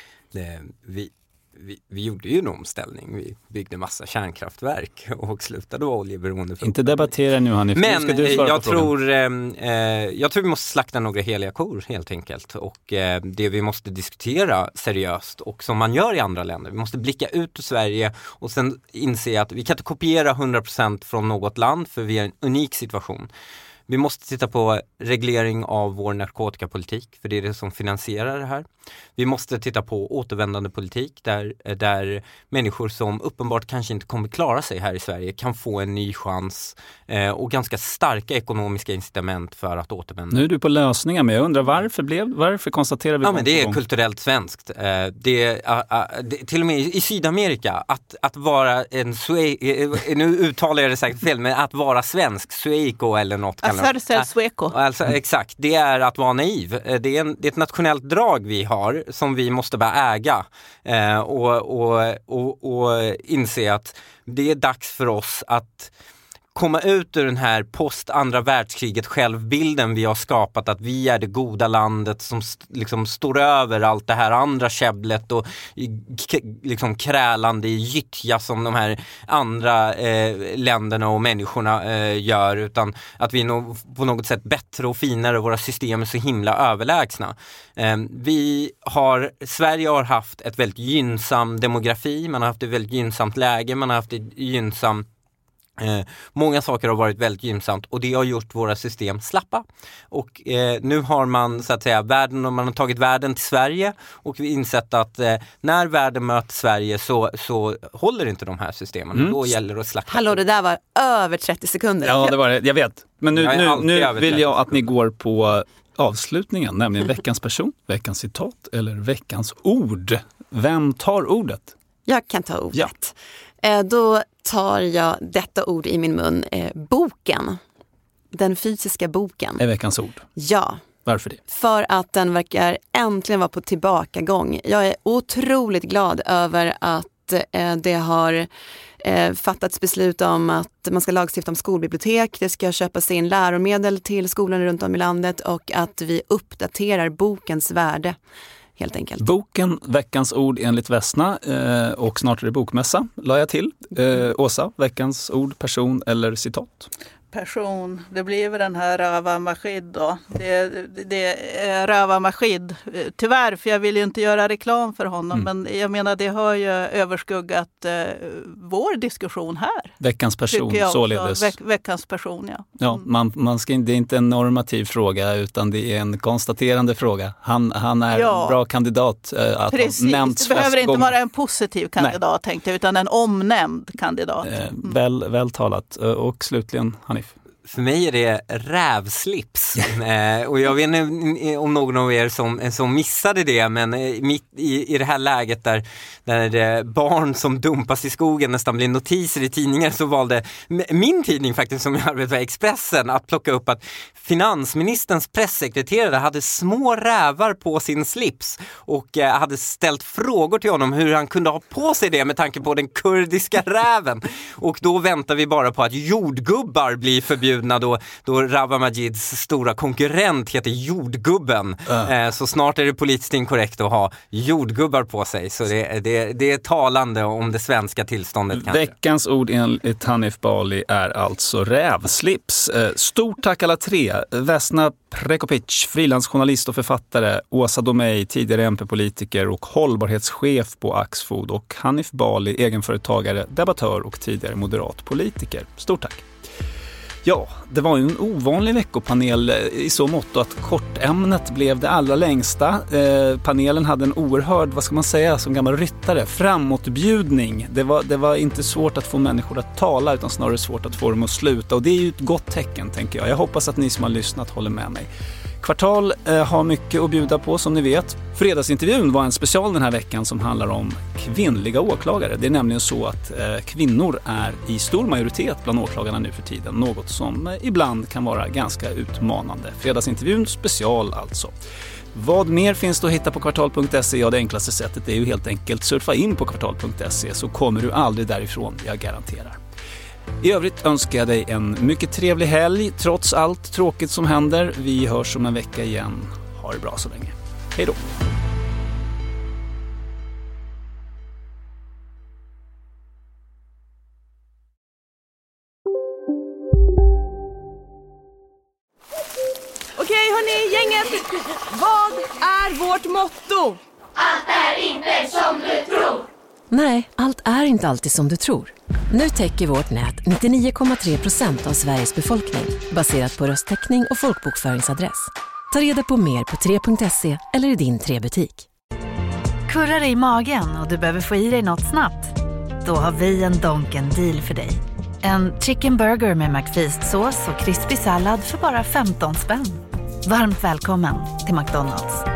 Vi gjorde ju en omställning. Vi byggde massa kärnkraftverk och slutade vara oljeberoende. Inte debattera nu, Hanif. Men jag tror vi måste slakta några heliga kor helt enkelt. Och det vi måste diskutera seriöst och som man gör i andra länder. Vi måste blicka ut ur Sverige och sen inse att vi kan inte kopiera 100% från något land för vi är i en unik situation. Vi måste titta på reglering av vår narkotikapolitik, för det är det som finansierar det här. Vi måste titta på återvändande politik där människor som uppenbart kanske inte kommer klara sig här i Sverige kan få en ny chans och ganska starka ekonomiska incitament för att återvända. Nu är du på lösningar, men jag undrar varför konstaterar vi men det är kulturellt svenskt. Till och med i Sydamerika att vara nu uttalar jag det säkert fel, men att vara svensk, sueco eller något. Alltså, exakt, det är att vara naiv. Det är ett nationellt drag vi har som vi måste börja äga och inse att det är dags för oss att komma ut ur den här post-andra världskriget självbilden vi har skapat, att vi är det goda landet som liksom står över allt det här andra käbblet och liksom krälande i gyttja som de här andra länderna och människorna gör, utan att vi är på något sätt bättre och finare, våra system är så himla överlägsna. Sverige har haft ett väldigt gynnsam demografi, man har haft ett väldigt gynnsamt läge, man har haft ett gynnsamt många saker har varit väldigt gynnsamt och det har gjort våra system slappa. Och nu har man så att säga man har tagit världen till Sverige och vi insett att när världen möter Sverige så håller inte de här systemen. Då gäller det att slacka. Hallå, det där var över 30 sekunder. Ja, det var det. Jag vet. Men nu vill jag att ni går på avslutningen, nämligen veckans person, veckans citat eller veckans ord. Vem tar ordet? Jag kan ta ordet. Ja. Då tar jag detta ord i min mun. Boken. Den fysiska boken. Är veckans ord? Ja. Varför det? För att den verkar äntligen vara på tillbakagång. Jag är otroligt glad över att det har fattats beslut om att man ska lagstifta om skolbibliotek. Det ska köpas in läromedel till skolorna runt om i landet och att vi uppdaterar bokens värde. Helt enkelt. Boken, veckans ord enligt Vesna och snart är det bokmässa, la jag till. Åsa, veckans ord, person eller citat? Person, det blir väl den här Rawa Majid då. Det är Rawa Majid. Tyvärr, för jag vill ju inte göra reklam för honom. Men jag menar, det har ju överskuggat vår diskussion här. Veckans person, således. Veckans person, ja. Ja, det är inte en normativ fråga utan det är en konstaterande fråga. Han är en bra kandidat att precis. Nämnts det behöver inte vara en positiv kandidat, tänkte jag, utan en omnämnd kandidat. Väl talat. Och slutligen, Hanif. För mig är det rävslips och jag vet inte om någon av er som missade det, men mitt i det här läget där barn som dumpas i skogen nästan blir notiser i tidningar, så valde min tidning faktiskt, som jag arbetar med, Expressen, att plocka upp att finansministerns pressekreterare hade små rävar på sin slips och hade ställt frågor till honom hur han kunde ha på sig det med tanke på den kurdiska räven. Och då väntar vi bara på att jordgubbar blir förbjudna förbjudna då Rawa Majids stora konkurrent heter Jordgubben. Så snart är det politiskt inkorrekt att ha jordgubbar på sig. Så det är talande om det svenska tillståndet kanske. Veckans ord enligt Hanif Bali är alltså rävslips. Stort tack alla tre. Vesna Prekopic, frilansjournalist och författare, Åsa Domey, tidigare MP-politiker och hållbarhetschef på Axfood, och Hanif Bali, egenföretagare, debattör och tidigare moderat politiker. Stort tack. Ja, det var ju en ovanlig veckopanel i så mått att kortämnet blev det allra längsta. Panelen hade en oerhörd, vad ska man säga, som gammal ryttare, framåtbjudning. Det var inte svårt att få människor att tala, utan snarare svårt att få dem att sluta. Och det är ju ett gott tecken, tänker jag. Jag hoppas att ni som har lyssnat håller med mig. Kvartal har mycket att bjuda på, som ni vet. Fredagsintervjun var en special den här veckan som handlar om kvinnliga åklagare. Det är nämligen så att kvinnor är i stor majoritet bland åklagarna nu för tiden. Något som ibland kan vara ganska utmanande. Fredagsintervjun special alltså. Vad mer finns det att hitta på kvartal.se? Ja, det enklaste sättet är ju helt enkelt surfa in på kvartal.se, så kommer du aldrig därifrån, jag garanterar. I övrigt önskar jag dig en mycket trevlig helg, trots allt tråkigt som händer. Vi hörs om en vecka igen. Ha det bra så länge. Hej då! Okej hörni, gänget! Vad är vårt motto? Allt är inte som du tror! Nej, allt är inte alltid som du tror. Nu täcker vårt nät 99,3% av Sveriges befolkning baserat på röstteckning och folkbokföringsadress. Ta reda på mer på 3.se eller i din 3-butik. Kurrar dig i magen och du behöver få i dig något snabbt? Då har vi en Donken deal för dig. En chicken burger med McFeast-sås och krispig sallad för bara 15 spänn. Varmt välkommen till McDonald's.